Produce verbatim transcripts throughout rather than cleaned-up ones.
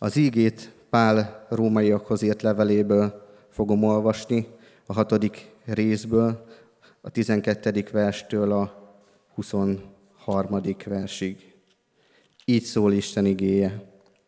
Az ígét Pál rómaiakhoz írt leveléből fogom olvasni, a hatodik részből, a tizenkettedik verstől a huszonharmadik versig. Így szól Isten igéje.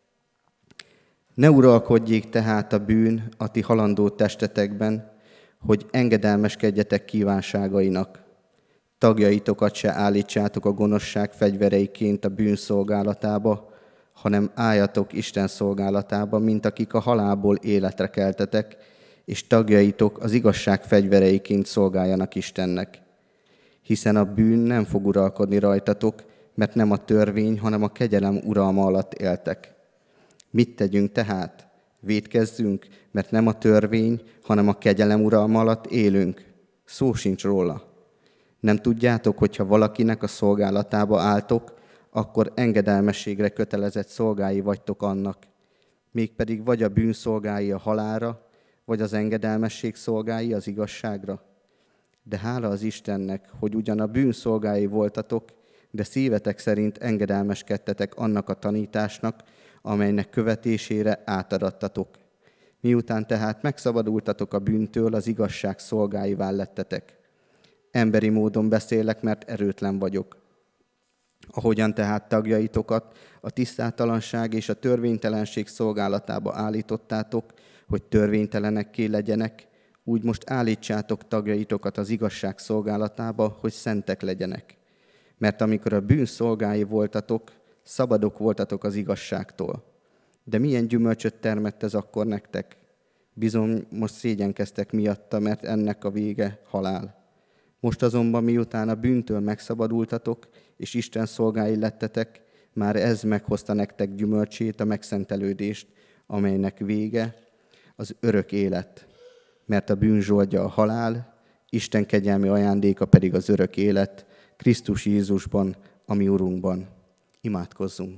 Ne uralkodjék tehát a bűn a ti halandó testetekben, hogy engedelmeskedjetek kívánságainak. Tagjaitokat se állítsátok a gonoszság fegyvereiként a bűn szolgálatába, hanem álljatok Isten szolgálatába, mint akik a halálból életre keltetek, és tagjaitok az igazság fegyvereiként szolgáljanak Istennek. Hiszen a bűn nem fog uralkodni rajtatok, mert nem a törvény, hanem a kegyelem uralma alatt éltek. Mit tegyünk tehát? Vétkezzünk, mert nem a törvény, hanem a kegyelem uralma alatt élünk. Szó sincs róla. Nem tudjátok, hogyha valakinek a szolgálatába álltok, akkor engedelmességre kötelezett szolgái vagytok annak. Mégpedig vagy a bűn szolgái a halálra, vagy az engedelmesség szolgái az igazságra. De hála az Istennek, hogy ugyan a bűn szolgái voltatok, de szívetek szerint engedelmeskedtetek annak a tanításnak, amelynek követésére átadattatok. Miután tehát megszabadultatok a bűntől, az igazság szolgáivá lettetek. Emberi módon beszélek, mert erőtlen vagyok. Ahogyan tehát tagjaitokat a tisztátalanság és a törvénytelenség szolgálatába állítottátok, hogy törvénytelenekké legyenek, úgy most állítsátok tagjaitokat az igazság szolgálatába, hogy szentek legyenek. Mert amikor a bűn szolgái voltatok, szabadok voltatok az igazságtól. De milyen gyümölcsöt termett ez akkor nektek? Bizony most szégyenkeztek miatta, mert ennek a vége halál. Most azonban miután a bűntől megszabadultatok, és Isten szolgái lettetek, már ez meghozta nektek gyümölcsét, a megszentelődést, amelynek vége az örök élet. Mert a bűn zsoldja a halál, Isten kegyelmi ajándéka pedig az örök élet, Krisztus Jézusban, a mi Urunkban. Imádkozzunk!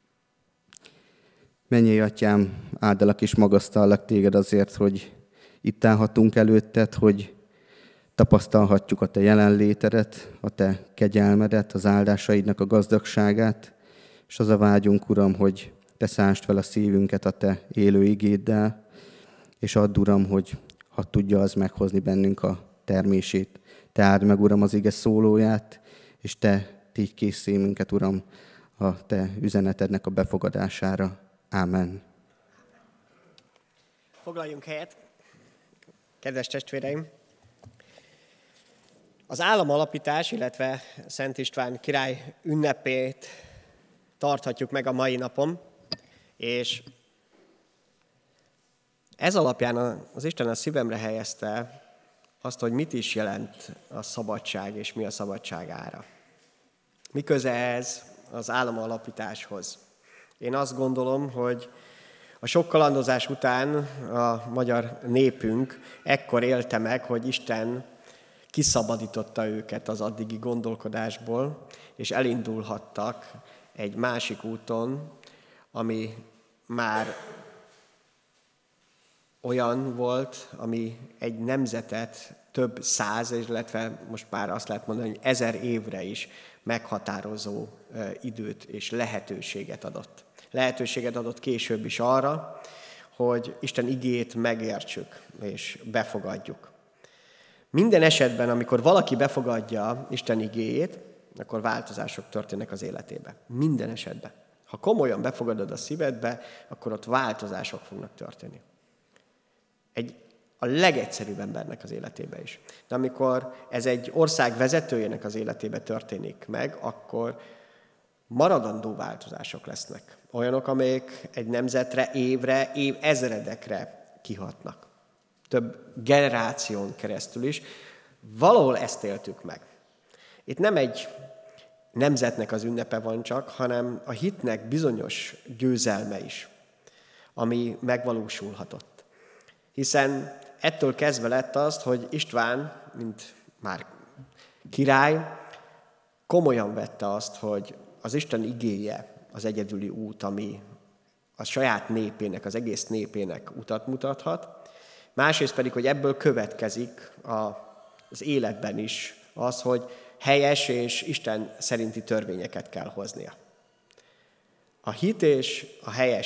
Mennyei Atyám, áldalak és magasztallak téged azért, hogy itt állhatunk előtted, hogy tapasztalhatjuk a te jelenlétedet, a te kegyelmedet, az áldásaidnak a gazdagságát, és az a vágyunk, Uram, hogy te szántsd fel a szívünket a te élő igéddel, és add, Uram, hogy ha tudja az meghozni bennünk a termését. Te áld meg, Uram, az ige szólóját, és te tégy készé minket, Uram, a te üzenetednek a befogadására. Ámen. Foglaljunk helyet, kedves testvéreim! Az államalapítás, illetve Szent István király ünnepét tarthatjuk meg a mai napon, és ez alapján az Isten a szívemre helyezte azt, hogy mit is jelent a szabadság, és mi a szabadság ára. Mi köze ez az államalapításhoz? Én azt gondolom, hogy a sok kalandozás után a magyar népünk ekkor élte meg, hogy Isten kiszabadította őket az addigi gondolkodásból, és elindulhattak egy másik úton, ami már olyan volt, ami egy nemzetet több száz, illetve most már azt lehet mondani, hogy ezer évre is meghatározó időt és lehetőséget adott. Lehetőséget adott később is arra, hogy Isten igéjét megértsük és befogadjuk. Minden esetben, amikor valaki befogadja Isten igéjét, akkor változások történnek az életébe. Minden esetben. Ha komolyan befogadod a szívedbe, akkor ott változások fognak történni. Egy, a legegyszerűbb embernek az életébe is. De amikor ez egy ország vezetőjének az életébe történik meg, akkor maradandó változások lesznek. Olyanok, amelyek egy nemzetre, évre, év ezredekre kihatnak. Több generáción keresztül is. Valahol ezt éltük meg. Itt nem egy nemzetnek az ünnepe van csak, hanem a hitnek bizonyos győzelme is, ami megvalósulhatott. Hiszen ettől kezdve lett azt, hogy István, mint már király, komolyan vette azt, hogy az Isten igéje az egyedüli út, ami a saját népének, az egész népének utat mutathat. Másrészt pedig, hogy ebből következik az életben is az, hogy helyes és Isten szerinti törvényeket kell hoznia. A hit és a helyes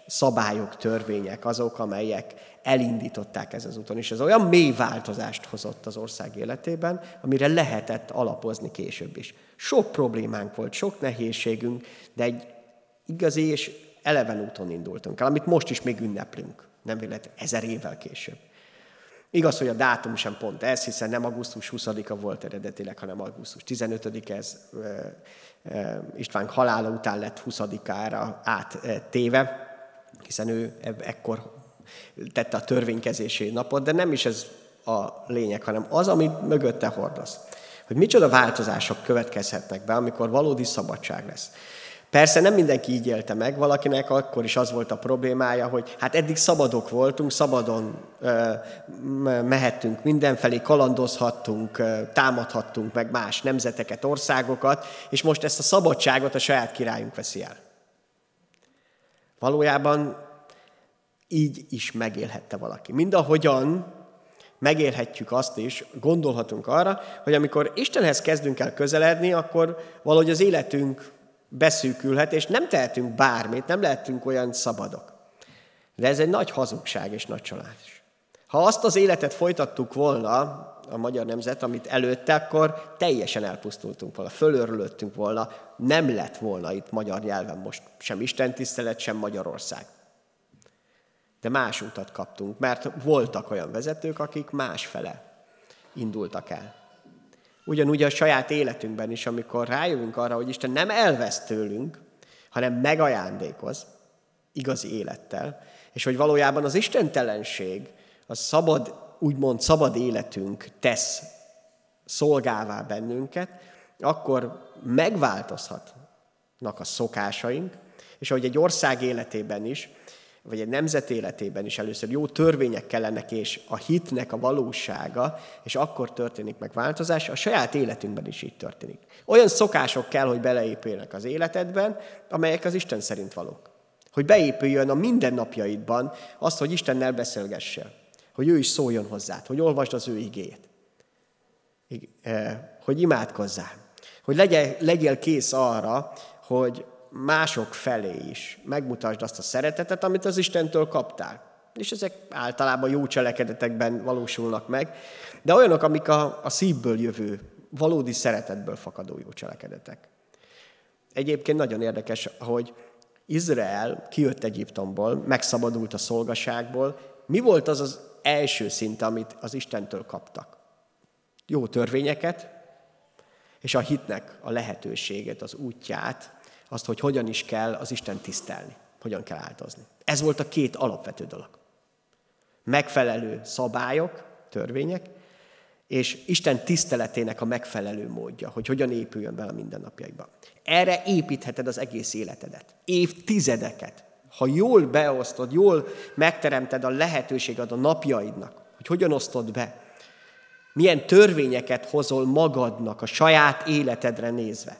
szabályok, törvények azok, amelyek elindították ez az úton. És ez olyan mély változást hozott az ország életében, amire lehetett alapozni később is. Sok problémánk volt, sok nehézségünk, de egy igazi és eleven úton indultunk el, amit most is még ünneplünk, nem véletlenül ezer évvel később. Igaz, hogy a dátum sem pont ez, hiszen nem augusztus huszadika volt eredetileg, hanem augusztus tizenötödike, ez István halála után lett huszadikára áttéve, hiszen ő ekkor tette a törvénykezési napot, de nem is ez a lényeg, hanem az, amit mögötte hordoz. Hogy micsoda változások következhetnek be, amikor valódi szabadság lesz. Persze nem mindenki így élte meg, valakinek akkor is az volt a problémája, hogy hát eddig szabadok voltunk, szabadon ö, mehettünk mindenfelé, kalandozhattunk, ö, támadhattunk meg más nemzeteket, országokat, és most ezt a szabadságot a saját királyunk veszi el. Valójában így is megélhette valaki. Mindahogyan megélhetjük azt is, gondolhatunk arra, hogy amikor Istenhez kezdünk el közeledni, akkor valahogy az életünk beszűkülhet, és nem tehetünk bármit, nem lehetünk olyan szabadok. De ez egy nagy hazugság és nagy csalás. Ha azt az életet folytattuk volna, a magyar nemzet, amit előtte, akkor teljesen elpusztultunk volna, fölörülöttünk volna, nem lett volna itt magyar nyelven most sem istentisztelet, sem Magyarország. De más utat kaptunk, mert voltak olyan vezetők, akik másfele indultak el. Ugyanúgy a saját életünkben is, amikor rájövünk arra, hogy Isten nem elvesz tőlünk, hanem megajándékoz igazi élettel, és hogy valójában az istentelenség, a szabad, úgymond szabad életünk tesz szolgává bennünket, akkor megváltozhatnak a szokásaink, és ahogy egy ország életében is, vagy egy nemzet életében is először jó törvények kellenek, és a hitnek a valósága, és akkor történik meg változás, a saját életünkben is így történik. Olyan szokások kell, hogy beleépüljenek az életedben, amelyek az Isten szerint valók. Hogy beépüljön a mindennapjaidban azt, hogy Istennel beszélgessél, hogy ő is szóljon hozzád, hogy olvasd az ő igéjét, hogy imádkozzál, hogy legyél, legyél kész arra, hogy mások felé is megmutasd azt a szeretetet, amit az Istentől kaptál. És ezek általában jó cselekedetekben valósulnak meg, de olyanok, amik a, a szívből jövő, valódi szeretetből fakadó jó cselekedetek. Egyébként nagyon érdekes, hogy Izrael kijött Egyiptomból, megszabadult a szolgaságból. Mi volt az az első szint, amit az Istentől kaptak? Jó törvényeket, és a hitnek a lehetőséget, az útját, azt, hogy hogyan is kell az Isten tisztelni, hogyan kell áldozni. Ez volt a két alapvető dolog. Megfelelő szabályok, törvények, és Isten tiszteletének a megfelelő módja, hogy hogyan épüljön be a mindennapjaikba. Erre építheted az egész életedet, évtizedeket. Ha jól beosztod, jól megteremted a lehetőséget a napjaidnak, hogy hogyan osztod be, milyen törvényeket hozol magadnak a saját életedre nézve.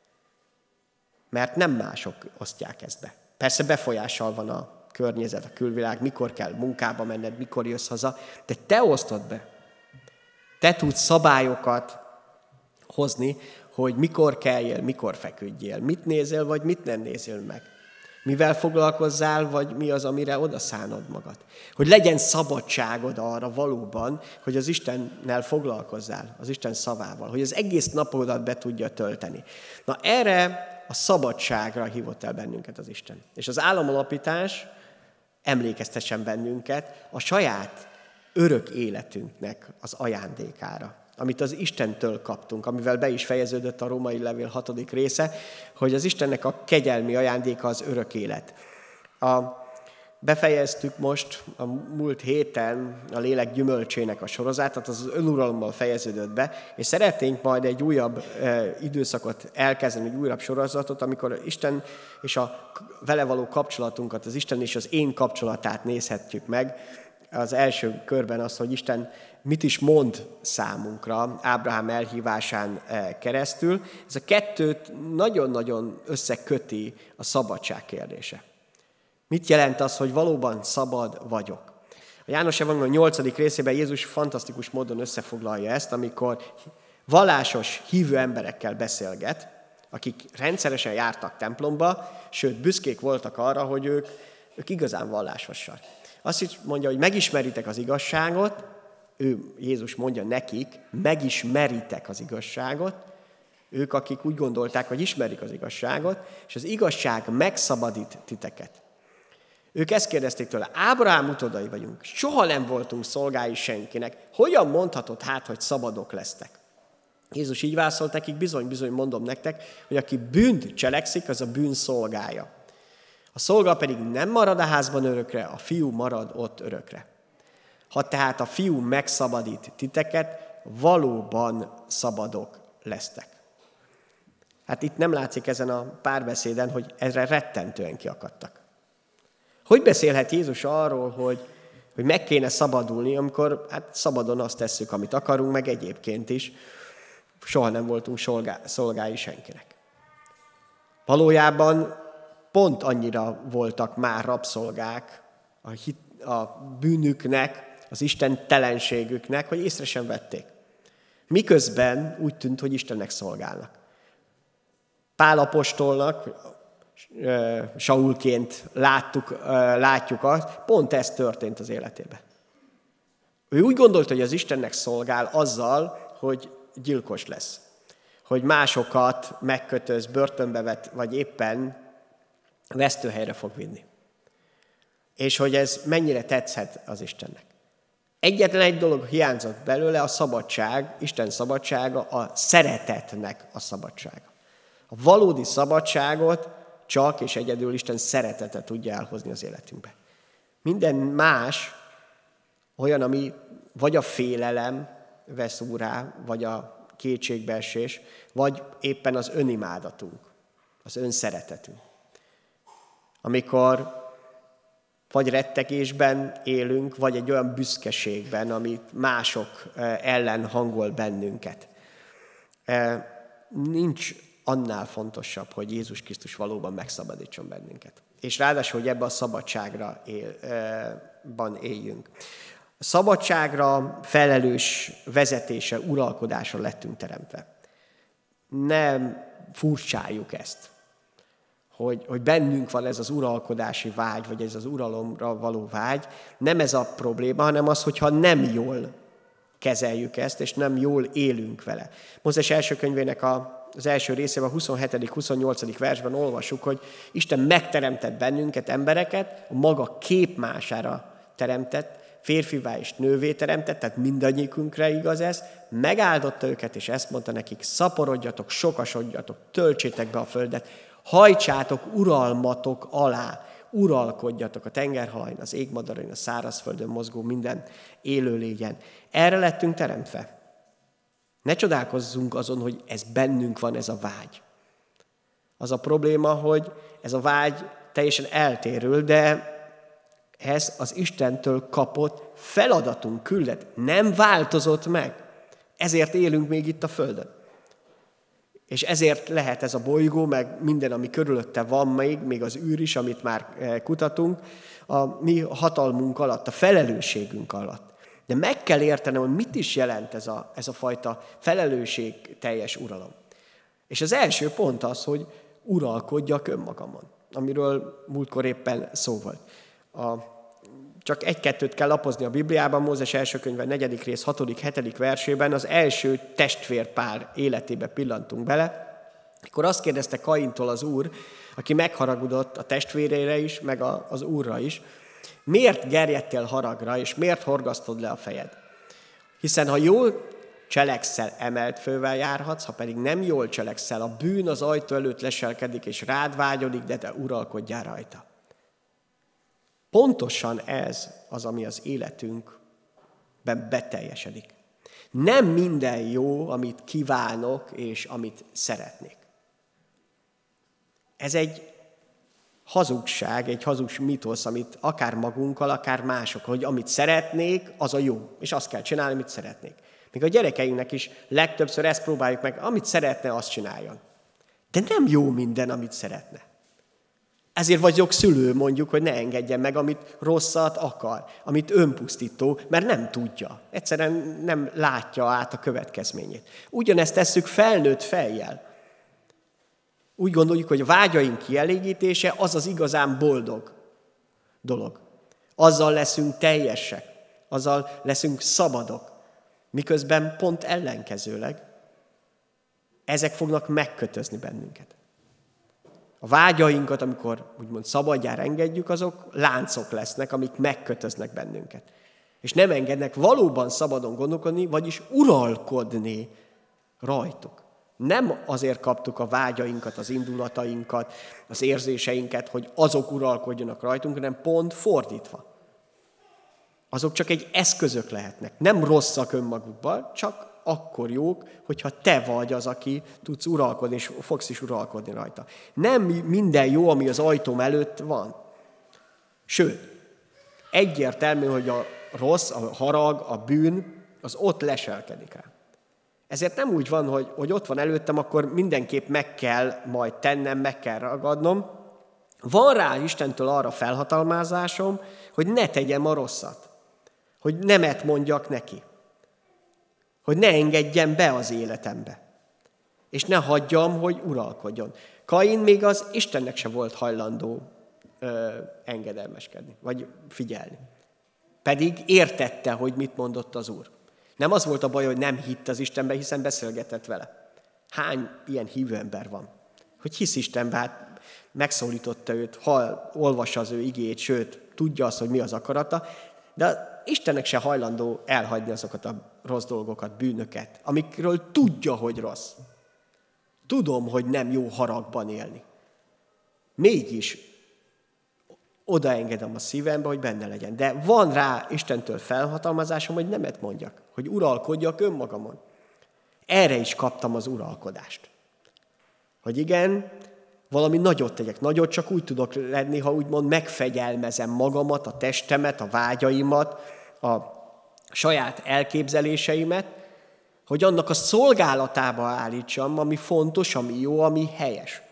Mert nem mások osztják ezt be. Persze befolyással van a környezet, a külvilág, mikor kell munkába menned, mikor jössz haza, de te osztod be. Te tudsz szabályokat hozni, hogy mikor kelljél, mikor feküdjél, mit nézél, vagy mit nem nézél meg. Mivel foglalkozzál, vagy mi az, amire odaszánod magad. Hogy legyen szabadságod arra valóban, hogy az Istennel foglalkozzál, az Isten szavával, hogy az egész napodat be tudja tölteni. Na erre a szabadságra hívott el bennünket az Isten. És az államalapítás emlékeztessen bennünket a saját örök életünknek az ajándékára, amit az Istentől kaptunk, amivel be is fejeződött a római levél hatodik része, hogy az Istennek a kegyelmi ajándéka az örök élet. A, befejeztük most a múlt héten a lélek gyümölcsének a sorozatát, az az önuralommal fejeződött be, és szeretnénk majd egy újabb e, időszakot elkezdeni, egy újabb sorozatot, amikor Isten és a vele való kapcsolatunkat, az Isten és az én kapcsolatát nézhetjük meg. Az első körben az, hogy Isten mit is mond számunkra Ábrahám elhívásán keresztül. Ez a kettőt nagyon-nagyon összeköti a szabadság kérdése. Mit jelent az, hogy valóban szabad vagyok? A János Evangélium nyolcadik részében Jézus fantasztikus módon összefoglalja ezt, amikor vallásos, hívő emberekkel beszélget, akik rendszeresen jártak templomba, sőt, büszkék voltak arra, hogy ők ők igazán vallásosak. Azt is mondja, hogy megismeritek az igazságot, ő, Jézus mondja nekik, megismeritek az igazságot, ők, akik úgy gondolták, hogy ismerik az igazságot, és az igazság megszabadít titeket. Ők ezt kérdezték tőle, Ábrahám utódai vagyunk, soha nem voltunk szolgái senkinek, hogyan mondhatod hát, hogy szabadok lesztek? Jézus így válaszolt nekik, bizony-bizony mondom nektek, hogy aki bűnt cselekszik, az a bűn szolgája. A szolga pedig nem marad a házban örökre, a fiú marad ott örökre. Ha tehát a fiú megszabadít titeket, valóban szabadok lesztek. Hát itt nem látszik ezen a párbeszéden, hogy ezre rettentően kiakadtak. Hogy beszélhet Jézus arról, hogy, hogy meg kéne szabadulni, amikor hát szabadon azt tesszük, amit akarunk, meg egyébként is soha nem voltunk szolgá, szolgái senkinek. Valójában pont annyira voltak már rabszolgák a, hit, a bűnüknek, az istentelenségüknek, hogy észre sem vették. Miközben úgy tűnt, hogy Istennek szolgálnak. Pál apostolnak, Saulként láttuk, látjuk azt, pont ez történt az életében. Ő úgy gondolta, hogy az Istennek szolgál azzal, hogy gyilkos lesz. Hogy másokat megkötöz, börtönbe vet, vagy éppen vesztőhelyre fog vinni. És hogy ez mennyire tetszhet az Istennek. Egyetlen egy dolog hiányzott belőle, a szabadság, Isten szabadsága, a szeretetnek a szabadsága. A valódi szabadságot csak és egyedül Isten szeretete tudja elhozni az életünkbe. Minden más olyan, ami vagy a félelem vesz úrrá, vagy a kétségbeesés, vagy éppen az önimádatunk, az önszeretetünk. Amikor vagy rettegésben élünk, vagy egy olyan büszkeségben, amit mások ellen hangol bennünket. Nincs annál fontosabb, hogy Jézus Krisztus valóban megszabadítson bennünket. És ráadásul, hogy ebben a szabadságra él, ban éljünk. A szabadságra felelős vezetése, uralkodásra lettünk teremtve. Nem furcsáljuk ezt, hogy, hogy bennünk van ez az uralkodási vágy, vagy ez az uralomra való vágy. Nem ez a probléma, hanem az, hogyha nem jól kezeljük ezt, és nem jól élünk vele. Mózes első könyvének a Az első részében, a huszonhetedik huszonnyolcadik versben olvassuk, hogy Isten megteremtett bennünket, embereket, a maga képmására teremtett, férfivá és nővé teremtett, tehát mindannyiunkra igaz ez, megáldotta őket, és ezt mondta nekik, szaporodjatok, sokasodjatok, töltsétek be a földet, hajtsátok uralmatok alá, uralkodjatok a tengerhalain, az égmadaраin, a szárazföldön mozgó minden élőlényen. Erre lettünk teremtve. Ne csodálkozzunk azon, hogy ez bennünk van, ez a vágy. Az a probléma, hogy ez a vágy teljesen eltérül, de ez az Istentől kapott feladatunk, küldet. Nem változott meg. Ezért élünk még itt a Földön. És ezért lehet ez a bolygó, meg minden, ami körülötte van még, még az űr is, amit már kutatunk, a mi hatalmunk alatt, a felelősségünk alatt. De meg kell értenem, hogy mit is jelent ez a, ez a fajta felelősségteljes uralom. És az első pont az, hogy uralkodjak önmagamon, amiről múltkor éppen szó volt. A, csak egy-kettőt kell lapozni a Bibliában, Mózes első könyve negyedik rész, hatodik, hetedik versében, az első testvérpár életébe pillantunk bele. Akkor azt kérdezte Kaintól az Úr, aki megharagudott a testvérére is, meg a, az Úrra is, miért gerjedtél haragra, és miért horgasztod le a fejed? Hiszen ha jól cselekszel, emelt fővel járhatsz, ha pedig nem jól cselekszel, a bűn az ajtó előtt leselkedik, és rád vágyodik, de te uralkodjál rajta. Pontosan ez az, ami az életünkben beteljesedik. Nem minden jó, amit kívánok, és amit szeretnék. Ez egy hazugság, egy hazug mitosz, amit akár magunkkal, akár másokkal, hogy amit szeretnék, az a jó, és azt kell csinálni, amit szeretnék. Még a gyerekeinknek is legtöbbször ezt próbáljuk meg, amit szeretne, azt csináljon. De nem jó minden, amit szeretne. Ezért vagyok szülő, mondjuk, hogy ne engedjen meg, amit rosszat akar, amit önpusztító, mert nem tudja. Egyszerűen nem látja át a következményét. Ugyanezt tesszük felnőtt fejjel. Úgy gondoljuk, hogy a vágyaink kielégítése az az igazán boldog. dolog. Azzal leszünk teljesek, azzal leszünk szabadok, miközben pont ellenkezőleg ezek fognak megkötözni bennünket. A vágyainkat, amikor úgymond szabadjára engedjük, azok láncok lesznek, amik megkötöznek bennünket. És nem engednek valóban szabadon gondolkodni, vagyis uralkodni rajtuk. Nem azért kaptuk a vágyainkat, az indulatainkat, az érzéseinket, hogy azok uralkodjanak rajtunk, hanem pont fordítva. Azok csak egy eszközök lehetnek. Nem rosszak önmagukban, csak akkor jók, hogyha te vagy az, aki tudsz uralkodni, és fogsz is uralkodni rajta. Nem minden jó, ami az ajtóm előtt van. Sőt, egyértelmű, hogy a rossz, a harag, a bűn, az ott leselkedik rá. Ezért nem úgy van, hogy, hogy ott van előttem, akkor mindenképp meg kell majd tennem, meg kell ragadnom. Van rá Istentől arra felhatalmazásom, hogy ne tegyem a rosszat. Hogy nemet mondjak neki. Hogy ne engedjem be az életembe. És ne hagyjam, hogy uralkodjon. Kain még az Istennek se volt hajlandó ö, engedelmeskedni, vagy figyelni. Pedig értette, hogy mit mondott az Úr. Nem az volt a baj, hogy nem hitt az Istenbe, hiszen beszélgetett vele. Hány ilyen hívő ember van? Hogy hisz Istenbe, hát megszólította őt, hall, olvassa az ő igét, sőt, tudja azt, hogy mi az akarata, de Istennek se hajlandó elhagyni azokat a rossz dolgokat, bűnöket, amikről tudja, hogy rossz. Tudom, hogy nem jó haragban élni. Mégis odaengedem a szívembe, hogy benne legyen. De van rá Istentől felhatalmazásom, hogy nemet mondjak, hogy uralkodjak önmagamon. Erre is kaptam az uralkodást. Hogy igen, valami nagyot tegyek. Nagyot csak úgy tudok lenni, ha úgymond megfegyelmezem magamat, a testemet, a vágyaimat, a saját elképzeléseimet, hogy annak a szolgálatába állítsam, ami fontos, ami jó, ami helyes.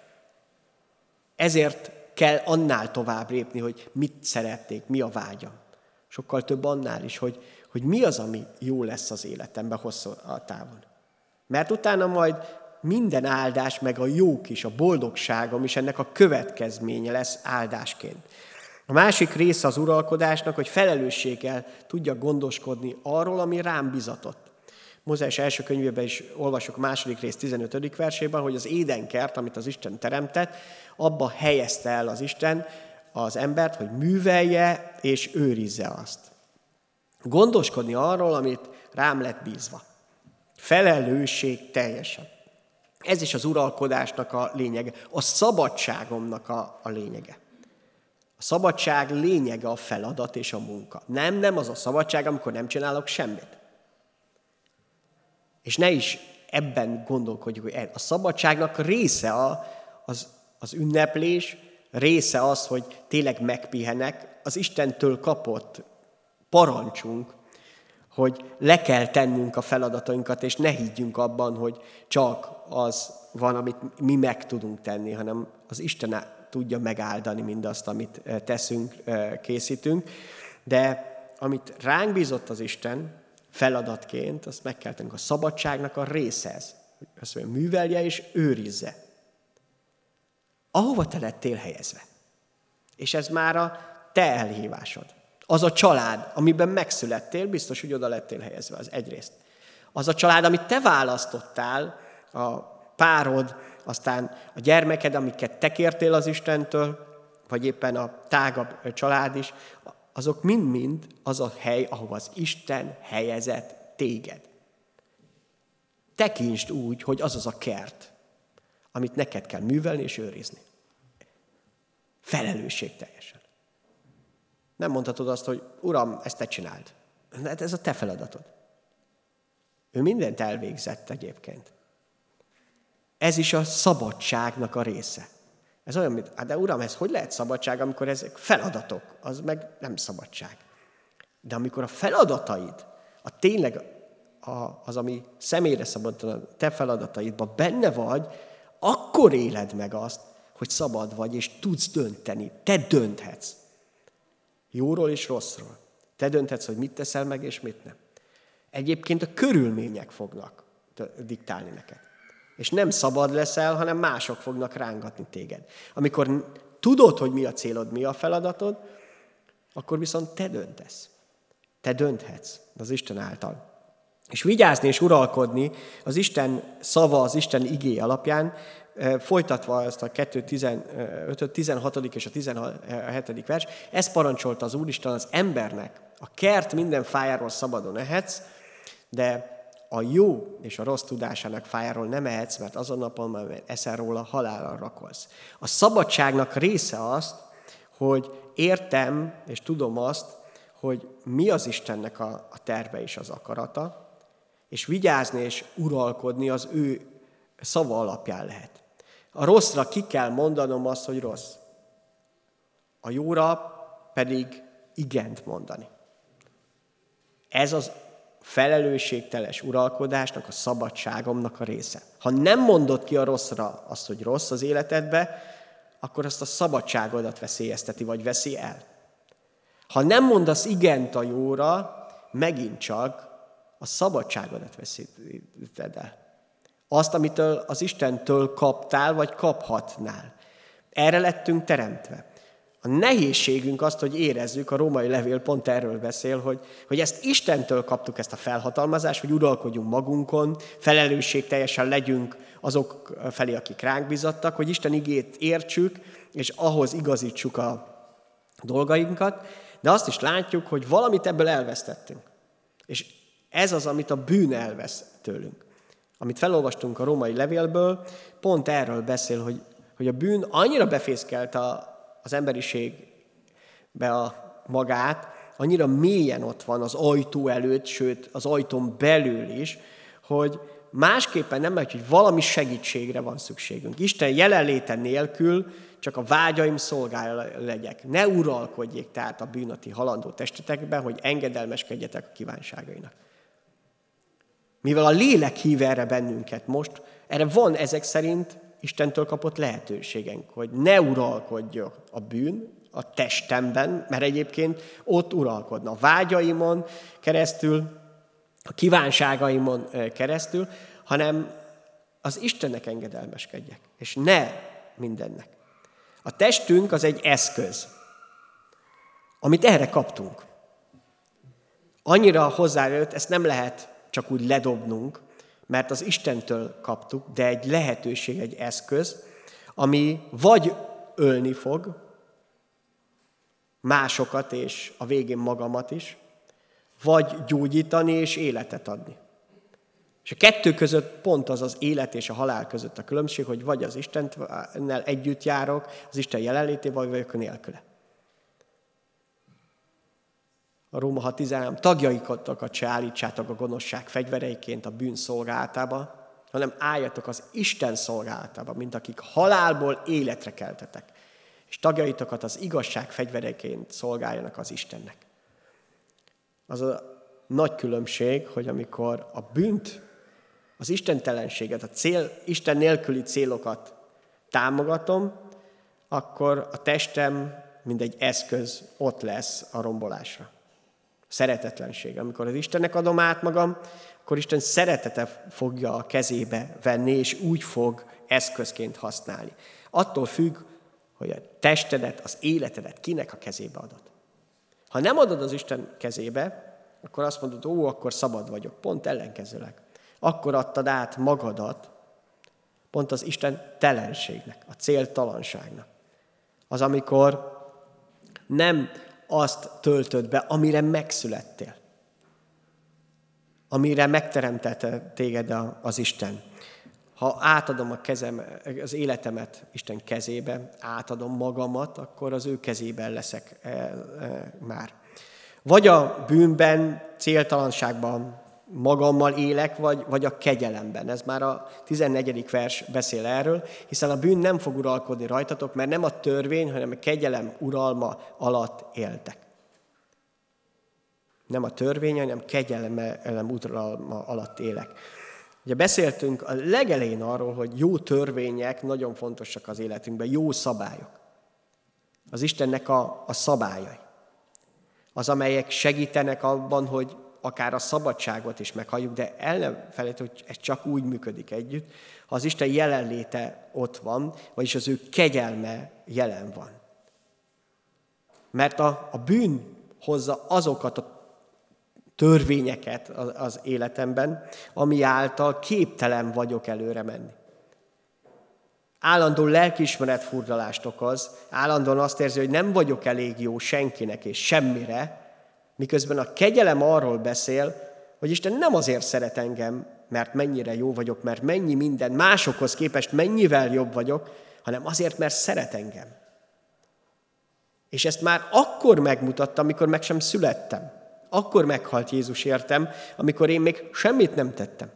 Ezért kell annál tovább lépni, hogy mit szeretnék, mi a vágyam. Sokkal több annál is, hogy, hogy mi az, ami jó lesz az életemben hosszú távon. Mert utána majd minden áldás, meg a jók is, a boldogságom is ennek a következménye lesz áldásként. A másik része az uralkodásnak, hogy felelősséggel tudjak gondoskodni arról, ami rám bizatott. Mózes első könyvében is olvasok a második rész tizenötödik versében, hogy az édenkert, amit az Isten teremtett, abba helyezte el az Isten az embert, hogy művelje és őrizze azt. Gondoskodni arról, amit rám lett bízva. Felelősség teljesen. Ez is az uralkodásnak a lényege, a szabadságomnak a, a lényege. A szabadság lényege a feladat és a munka. Nem, nem az a szabadság, amikor nem csinálok semmit. És ne is ebben gondolkodjuk, hogy a szabadságnak része a, az, az ünneplés, része az, hogy tényleg megpihenek, az Istentől kapott parancsunk, hogy le kell tennünk a feladatainkat, és ne higgyünk abban, hogy csak az van, amit mi meg tudunk tenni, hanem az Isten tudja megáldani mindazt, amit teszünk, készítünk. De amit ránk bízott az Isten feladatként, azt meg kell tennünk. A szabadságnak a része ez. Azt mondja, művelje és őrizze. Ahova te lettél helyezve. És ez már a te elhívásod. Az a család, amiben megszülettél, biztos, hogy oda lettél helyezve, az egyrészt. Az a család, amit te választottál, a párod, aztán a gyermeked, amiket te kértél az Istentől, vagy éppen a tágabb család is, azok mind-mind az a hely, ahova az Isten helyezett téged. Tekintsd úgy, hogy az az a kert, amit neked kell művelni és őrizni. Felelősség teljesen. Nem mondhatod azt, hogy Uram, ezt te csináld. Hát ez a te feladatod. Ő mindent elvégzett egyébként. Ez is a szabadságnak a része. Ez olyan, mint, hát de Uram, ez hogy lehet szabadság, amikor ezek feladatok, az meg nem szabadság. De amikor a feladataid, a tényleg a, az, ami személyre szabadtan a te feladataidban benne vagy, akkor éled meg azt, hogy szabad vagy, és tudsz dönteni. Te dönthetsz. Jóról és rosszról. Te dönthetsz, hogy mit teszel meg, és mit nem. Egyébként a körülmények fognak diktálni neked. És nem szabad leszel, hanem mások fognak rángatni téged. Amikor tudod, hogy mi a célod, mi a feladatod, akkor viszont te döntesz. Te dönthetsz az Isten által. És vigyázni és uralkodni az Isten szava, az Isten igéje alapján, folytatva ezt a kettő tizenöt, tizenhat és a tizenhetedik vers, ezt parancsolta az Úristen az embernek. A kert minden fájáról szabadon ehetsz, de a jó és a rossz tudásának fájáról nem ehetsz, mert azon napon, már eszel róla, halálra rakolsz. A szabadságnak része azt, hogy értem és tudom azt, hogy mi az Istennek a, a terve és az akarata, és vigyázni és uralkodni az ő szava alapján lehet. A rosszra ki kell mondanom azt, hogy rossz. A jóra pedig igent mondani. Ez az felelősségteljes uralkodásnak, a szabadságomnak a része. Ha nem mondod ki a rosszra azt, hogy rossz az életedbe, akkor azt a szabadságodat veszélyezteti, vagy veszi el. Ha nem mondasz igent a jóra, megint csak a szabadságodat veszíted el. Azt, amitől az Istentől kaptál, vagy kaphatnál. Erre lettünk teremtve. A nehézségünk azt, hogy érezzük, a római levél pont erről beszél, hogy, hogy ezt Istentől kaptuk, ezt a felhatalmazást, hogy uralkodjunk magunkon, felelősségteljesen legyünk azok felé, akik ránk bizattak, hogy Isten igét értsük, és ahhoz igazítsuk a dolgainkat, de azt is látjuk, hogy valamit ebből elvesztettünk. És ez az, amit a bűn elvesz tőlünk. Amit felolvastunk a római levélből, pont erről beszél, hogy, hogy a bűn annyira befészkelt a, az emberiségbe a magát, annyira mélyen ott van az ajtó előtt, sőt az ajtón belül is, hogy másképpen nem lehet, hogy valami segítségre van szükségünk. Isten jelenléte nélkül csak a vágyaim szolgája legyek. Ne uralkodjék tehát a bűn a ti halandó testetekben, hogy engedelmeskedjetek a kívánságainak. Mivel a lélek hív erre bennünket most, erre van ezek szerint Istentől kapott lehetőségünk, hogy ne uralkodjon a bűn a testemben, mert egyébként ott uralkodna a vágyaimon keresztül, a kívánságaimon keresztül, hanem az Istennek engedelmeskedjek, és ne mindennek. A testünk az egy eszköz, amit erre kaptunk. Annyira hozzájött, ezt nem lehet csak úgy ledobnunk, mert az Istentől kaptuk, de egy lehetőség, egy eszköz, ami vagy ölni fog másokat és a végén magamat is, vagy gyógyítani és életet adni. És a kettő között pont az az élet és a halál között a különbség, hogy vagy az Istennel együtt járok, az Isten jelenlétével, vagy vagyok nélküle. A Róma hat tizenhárom, tagjaikat se állítsátok a gonoszság fegyvereiként a bűn szolgálatába, hanem álljatok az Isten szolgálatába, mint akik halálból életre keltetek. És tagjaitokat az igazság fegyvereiként szolgáljanak az Istennek. Az a nagy különbség, hogy amikor a bűnt, az istentelenséget, a cél, Isten nélküli célokat támogatom, akkor a testem, mint egy eszköz, ott lesz a rombolásra. Szeretetlenség. Amikor az Istennek adom át magam, akkor Isten szeretete fogja a kezébe venni, és úgy fog eszközként használni. Attól függ, hogy a testedet, az életedet kinek a kezébe adod. Ha nem adod az Isten kezébe, akkor azt mondod, ó, akkor szabad vagyok. Pont ellenkezőleg. Akkor adtad át magadat pont az Isten telenségnek, a céltalanságnak. Az, amikor nem azt töltöd be, amire megszülettél. Amire megteremtette téged az Isten. Ha átadom a kezem, az életemet Isten kezébe, átadom magamat, akkor az ő kezében leszek e, e, már. Vagy a bűnben, céltalanságban magammal élek, vagy, vagy a kegyelemben. Ez már a tizennegyedik vers beszél erről, hiszen a bűn nem fog uralkodni rajtatok, mert nem a törvény, hanem a kegyelem uralma alatt éltek. Nem a törvény, hanem kegyelem uralma alatt élek. Ugye beszéltünk a legelején arról, hogy jó törvények nagyon fontosak az életünkben, jó szabályok. Az Istennek a, a szabályai. Az, amelyek segítenek abban, hogy akár a szabadságot is meghalljuk, de el nem felejtjük, hogy ez csak úgy működik együtt, ha az Isten jelenléte ott van, vagyis az ő kegyelme jelen van. Mert a, a bűn hozza azokat a törvényeket az, az életemben, ami által képtelen vagyok előre menni. Állandó lelkiismeret furdalást okoz, állandóan azt érzi, hogy nem vagyok elég jó senkinek és semmire, miközben a kegyelem arról beszél, hogy Isten nem azért szeret engem, mert mennyire jó vagyok, mert mennyi minden másokhoz képest mennyivel jobb vagyok, hanem azért, mert szeret engem. És ezt már akkor megmutatta, amikor meg sem születtem. Akkor meghalt Jézus értem, amikor én még semmit nem tettem.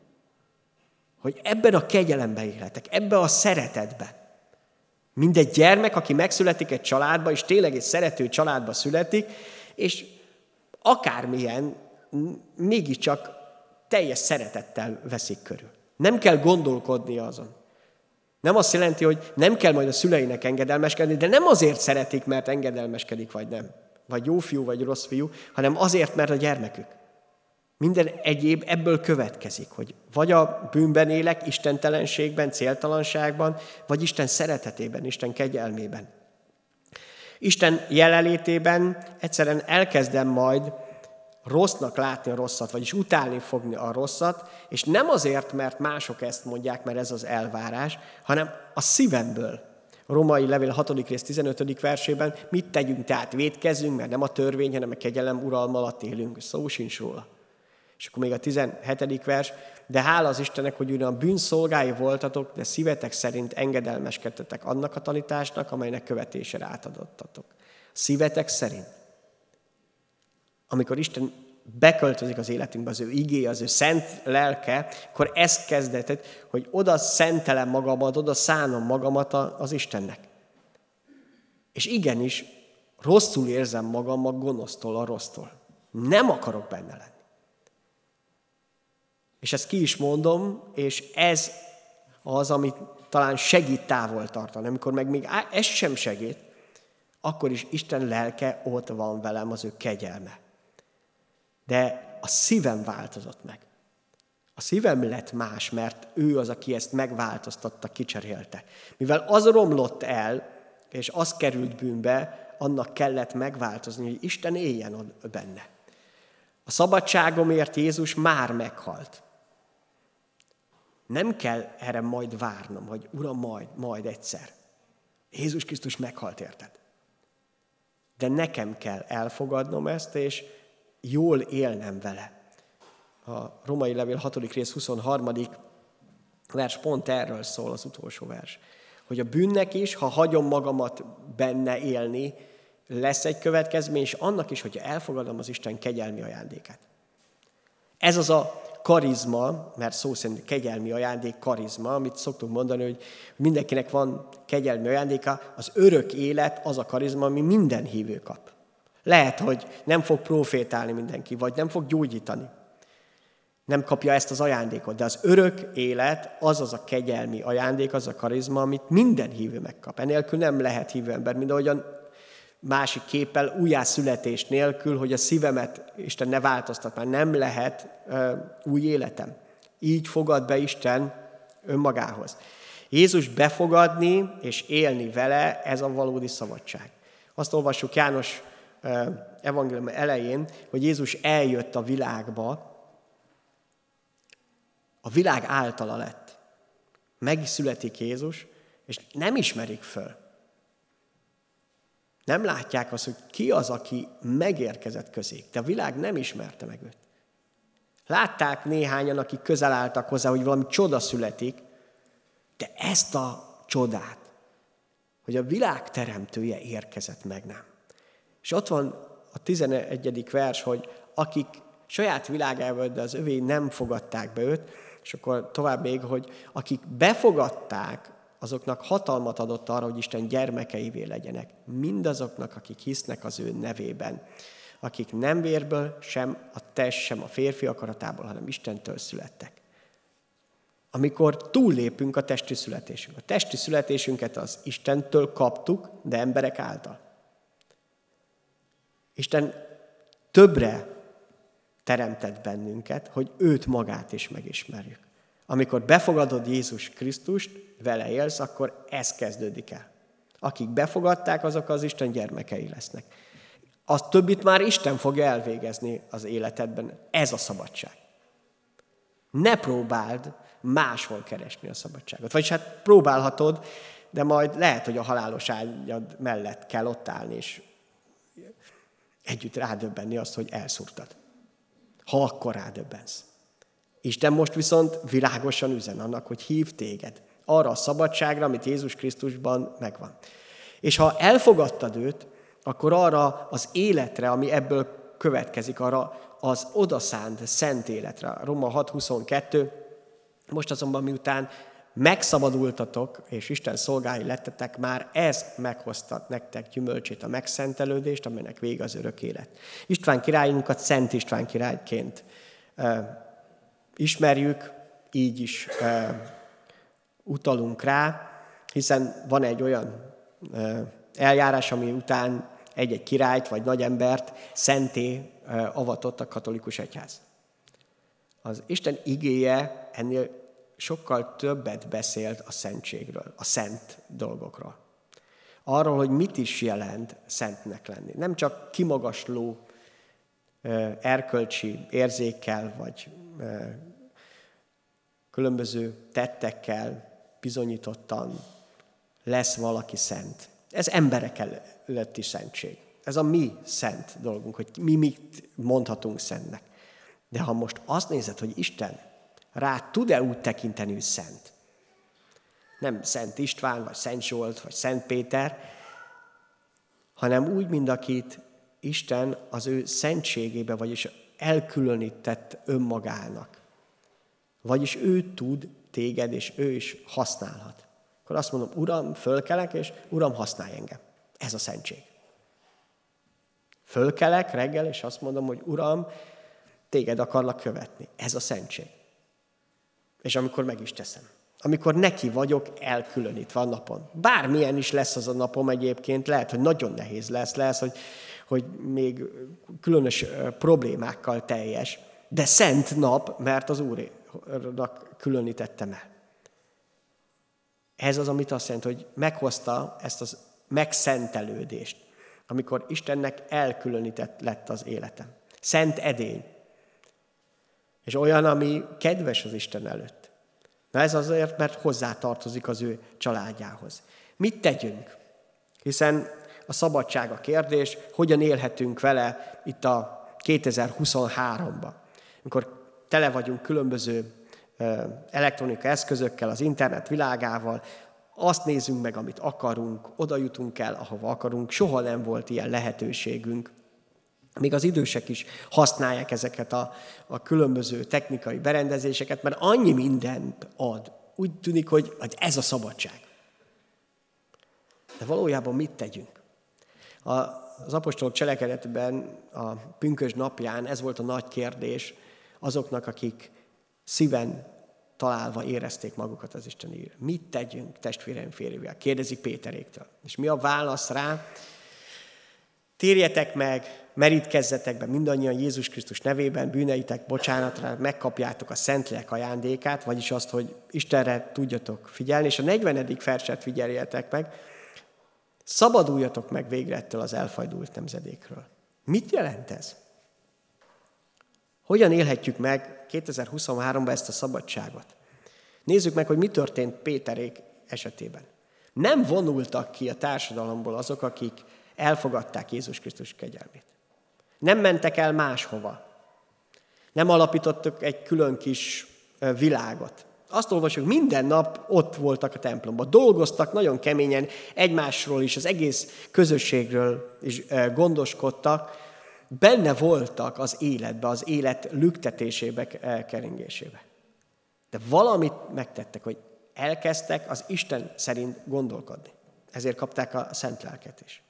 Hogy ebben a kegyelemben életek, ebben a szeretetben. Mindegy gyermek, aki megszületik egy családba, és tényleg egy szerető családba születik, és akármilyen, mégiscsak teljes szeretettel veszik körül. Nem kell gondolkodnia azon. Nem azt jelenti, hogy nem kell majd a szüleinek engedelmeskedni, de nem azért szeretik, mert engedelmeskedik, vagy nem. Vagy jó fiú, vagy rossz fiú, hanem azért, mert a gyermekük. Minden egyéb ebből következik, hogy vagy a bűnben élek, istentelenségben, céltalanságban, vagy Isten szeretetében, Isten kegyelmében. Isten jelenlétében egyszerűen elkezdem majd rossznak látni a rosszat, vagyis utálni fogni a rosszat, és nem azért, mert mások ezt mondják, mert ez az elvárás, hanem a szívemből. A Római levél hatodik rész tizenötödik versében mit tegyünk, tehát vétkezzünk, mert nem a törvény, hanem a kegyelem uralma alatt élünk, szó sincs róla. És akkor még a tizenhetedik vers, de hála az Istennek, hogy ugyan a bűn szolgái voltatok, de szívetek szerint engedelmeskedtetek annak a tanításnak, amelynek követésére átadottatok. Szívetek szerint. Amikor Isten beköltözik az életünkbe, az ő igéje, az ő szent lelke, akkor ez kezdett, hogy oda szentelem magamat, oda szánom magamat az Istennek. És igenis, rosszul érzem magam a gonosztól, a rossztól. Nem akarok benne lenni. És ezt ki is mondom, és ez az, amit talán segít távol tartani. Amikor meg még ez sem segít, akkor is Isten lelke ott van velem, az ő kegyelme. De a szívem változott meg. A szívem lett más, mert ő az, aki ezt megváltoztatta, kicserélte. Mivel az romlott el, és az került bűnbe, annak kellett megváltozni, hogy Isten éljen benne. A szabadságomért Jézus már meghalt. Nem kell erre majd várnom, hogy Uram, majd, majd egyszer. Jézus Krisztus meghalt, érted? De nekem kell elfogadnom ezt, és jól élnem vele. A Római levél hatodik rész huszonharmadik vers pont erről szól, az utolsó vers. Hogy a bűnnek is, ha hagyom magamat benne élni, lesz egy következmény, és annak is, hogyha elfogadom az Isten kegyelmi ajándékát. Ez az a karizma, mert szó szerint kegyelmi ajándék, karizma, amit szoktunk mondani, hogy mindenkinek van kegyelmi ajándéka, az örök élet az a karizma, ami minden hívő kap. Lehet, hogy nem fog profétálni mindenki, vagy nem fog gyógyítani. Nem kapja ezt az ajándékot, de az örök élet az az a kegyelmi ajándék, az a karizma, amit minden hívő megkap. Enélkül nem lehet hívő ember, mint ahogyan másik képpel újjászületés nélkül, hogy a szívemet Isten ne változtat, már nem lehet uh, új életem. Így fogad be Isten önmagához. Jézus befogadni és élni vele, ez a valódi szabadság. Azt olvassuk János uh, evangélium elején, hogy Jézus eljött a világba, a világ általa lett. Megszületik Jézus, és nem ismerik föl. Nem látják azt, hogy ki az, aki megérkezett közéjük. De a világ nem ismerte meg őt. Látták néhányan, akik közel álltak hozzá, hogy valami csoda születik, de ezt a csodát, hogy a világ teremtője érkezett meg, nem. És ott van a tizenegyedik vers, hogy akik saját világában, de az övé nem fogadták be őt, és akkor tovább még, hogy akik befogadták, azoknak hatalmat adott arra, hogy Isten gyermekeivé legyenek. Mindazoknak, akik hisznek az ő nevében. Akik nem vérből, sem a test, sem a férfi akaratából, hanem Istentől születtek. Amikor túllépünk a testi születésünk. A testi születésünket az Istentől kaptuk, de emberek által. Isten többre teremtett bennünket, hogy őt magát is megismerjük. Amikor befogadod Jézus Krisztust, vele élsz, akkor ez kezdődik el. Akik befogadták, azok az Isten gyermekei lesznek. Az többit már Isten fogja elvégezni az életedben. Ez a szabadság. Ne próbáld máshol keresni a szabadságot. Vagyis hát próbálhatod, de majd lehet, hogy a halálos ágyad mellett kell ott állni, és együtt rádöbbenni azt, hogy elszúrtad. Ha akkor rádöbbensz. Isten most viszont világosan üzen annak, hogy hív téged arra a szabadságra, amit Jézus Krisztusban megvan. És ha elfogadtad őt, akkor arra az életre, ami ebből következik, arra az odaszánt szent életre. Róma hat huszonkettő, most azonban miután megszabadultatok, és Isten szolgái lettetek, már ez meghozta nektek gyümölcsét, a megszentelődést, amelynek vége az örök élet. István királyunkat Szent István királyként e, ismerjük, így is e, utalunk rá, hiszen van egy olyan e, eljárás, ami után egy-egy királyt vagy nagyembert szenté e, avatott a katolikus egyház. Az Isten igéje ennél sokkal többet beszélt a szentségről, a szent dolgokról. Arról, hogy mit is jelent szentnek lenni. Nem csak kimagasló erkölcsi érzékkel, vagy különböző tettekkel bizonyítottan lesz valaki szent. Ez emberek előtti szentség. Ez a mi szent dolgunk, hogy mi mit mondhatunk szentnek. De ha most azt nézed, hogy Isten rá tud-e úgy tekinteni, hogy szent? Nem Szent István, vagy Szent Zsolt, vagy Szent Péter, hanem úgy, mint akit Isten az ő szentségébe, vagyis elkülönített önmagának. Vagyis ő tud téged, és ő is használhat. Akkor azt mondom, Uram, fölkelek, és Uram, használj engem. Ez a szentség. Fölkelek reggel, és azt mondom, hogy Uram, téged akarlak követni. Ez a szentség. És amikor meg is teszem. Amikor neki vagyok elkülönítve a napon. Bármilyen is lesz az a napom egyébként, lehet, hogy nagyon nehéz lesz, lesz, hogy, hogy még különös problémákkal teljes, de szent nap, mert az Úrnak különítettem el. Ez az, amit azt jelenti, hogy meghozta ezt az megszentelődést, amikor Istennek elkülönített lett az életem. Szent edény. És olyan, ami kedves az Isten előtt. Na ez azért, mert hozzátartozik az ő családjához. Mit tegyünk? Hiszen a szabadság a kérdés, hogyan élhetünk vele itt a kétezer-huszonháromban, amikor tele vagyunk különböző elektronikai eszközökkel, az internet világával, azt nézzünk meg, amit akarunk, oda jutunk el, ahova akarunk, soha nem volt ilyen lehetőségünk. Még az idősek is használják ezeket a, a különböző technikai berendezéseket, mert annyi mindent ad. Úgy tűnik, hogy ez a szabadság. De valójában mit tegyünk? A, az apostolok cselekedetben a pünkösd napján ez volt a nagy kérdés azoknak, akik szíven találva érezték magukat az Isten ígére. Mit tegyünk, testvéreim, férjével? Kérdezik Péteréktől. És mi a válasz rá? Térjetek meg, merítkezzetek be mindannyian Jézus Krisztus nevében, bűneitek bocsánatra, megkapjátok a Szentlélek ajándékát, vagyis azt, hogy Istenre tudjatok figyelni, és a negyvenedik verset figyeljetek meg, szabaduljatok meg végre ettől az elfajdult nemzedékről. Mit jelent ez? Hogyan élhetjük meg kétezer-huszonháromban ezt a szabadságot? Nézzük meg, hogy mi történt Péterék esetében. Nem vonultak ki a társadalomból azok, akik elfogadták Jézus Krisztus kegyelmét. Nem mentek el máshova. Nem alapítottak egy külön kis világot. Azt olvasjuk, minden nap ott voltak a templomban. Dolgoztak nagyon keményen, egymásról is, az egész közösségről is gondoskodtak. Benne voltak az életbe, az élet lüktetésébe, keringésébe. De valamit megtettek, hogy elkezdtek az Isten szerint gondolkodni. Ezért kapták a Szent Lelket is.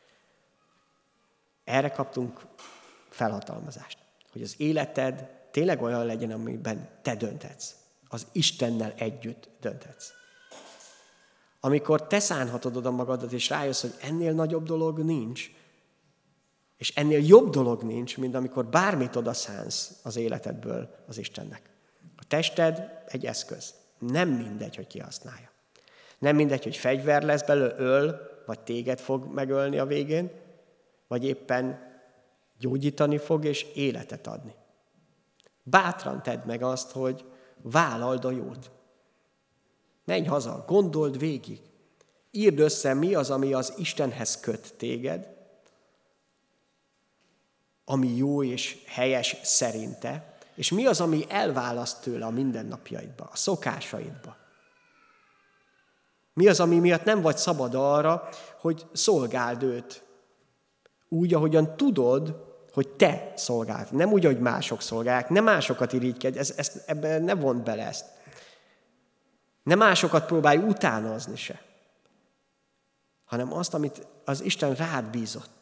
Erre kaptunk felhatalmazást, hogy az életed tényleg olyan legyen, amiben te dönthetsz. Az Istennel együtt dönthetsz. Amikor te szánhatod oda magadat, és rájössz, hogy ennél nagyobb dolog nincs, és ennél jobb dolog nincs, mint amikor bármit oda szánsz az életedből az Istennek. A tested egy eszköz. Nem mindegy, hogy kihasználja. Nem mindegy, hogy fegyver lesz belőle, öl, vagy téged fog megölni a végén, vagy éppen gyógyítani fog és életet adni. Bátran tedd meg azt, hogy vállald a jót. Menj haza, gondold végig. Írd össze, mi az, ami az Istenhez köt téged, ami jó és helyes szerinte, és mi az, ami elválaszt tőle a mindennapjaidba, a szokásaidba. Mi az, ami miatt nem vagy szabad arra, hogy szolgáld őt úgy, ahogyan tudod, hogy te szolgáld. Nem úgy, hogy mások szolgálják, nem másokat irigykedj, ez, ez, ebben ne vond bele ezt. Nem másokat próbálj utánozni se, hanem azt, amit az Isten rád bízott.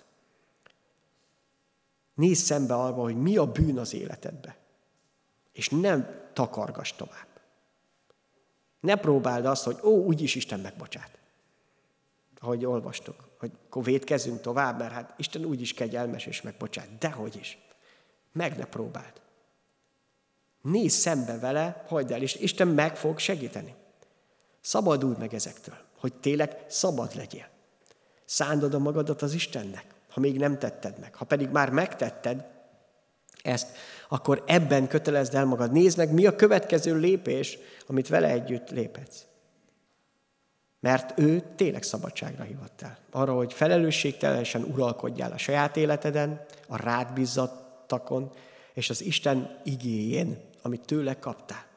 Nézz szembe arra, hogy mi a bűn az életedbe, és nem takargass tovább. Ne próbáld azt, hogy ó, úgyis Isten megbocsát. Ahogy olvastuk, hogy akkor vétkezzünk tovább, mert hát Isten úgyis kegyelmes és megbocsát. Dehogy is. Meg ne próbáld. Nézz szembe vele, hagyd el, és Isten meg fog segíteni. Szabadulj meg ezektől, hogy tényleg szabad legyél. Szánd oda magadat az Istennek, ha még nem tetted meg. Ha pedig már megtetted ezt, akkor ebben kötelezd el magad. Nézd meg, mi a következő lépés, amit vele együtt léphetsz. Mert ő tényleg szabadságra hívott el. Arra, hogy felelősségtelenesen uralkodjál a saját életeden, a rád bízzattakon, és az Isten igéjén, amit tőle kaptál.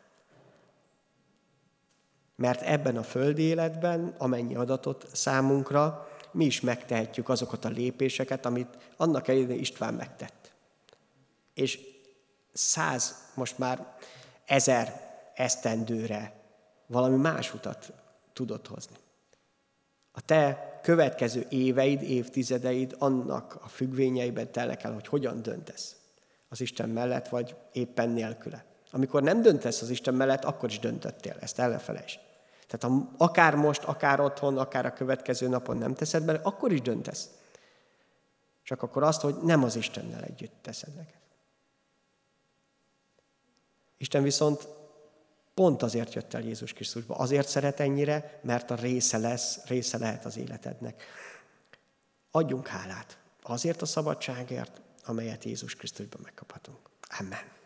Mert ebben a földi életben, amennyi adatot számunkra, mi is megtehetjük azokat a lépéseket, amit annak ellenére István megtett. És száz, most már ezer esztendőre valami más utat tudod hozni. A te következő éveid, évtizedeid annak a függvényeiben telnek el, hogy hogyan döntesz. Az Isten mellett, vagy éppen nélküle. Amikor nem döntesz az Isten mellett, akkor is döntöttél. Ezt el ne felejtsd. Tehát ha akár most, akár otthon, akár a következő napon nem teszed bele, akkor is döntesz. Csak akkor azt, hogy nem az Istennel együtt teszed meg. Isten viszont pont azért jött el Jézus Krisztusba. Azért szeret ennyire, mert a része lesz, része lehet az életednek. Adjunk hálát azért a szabadságért, amelyet Jézus Krisztusban megkaphatunk. Amen.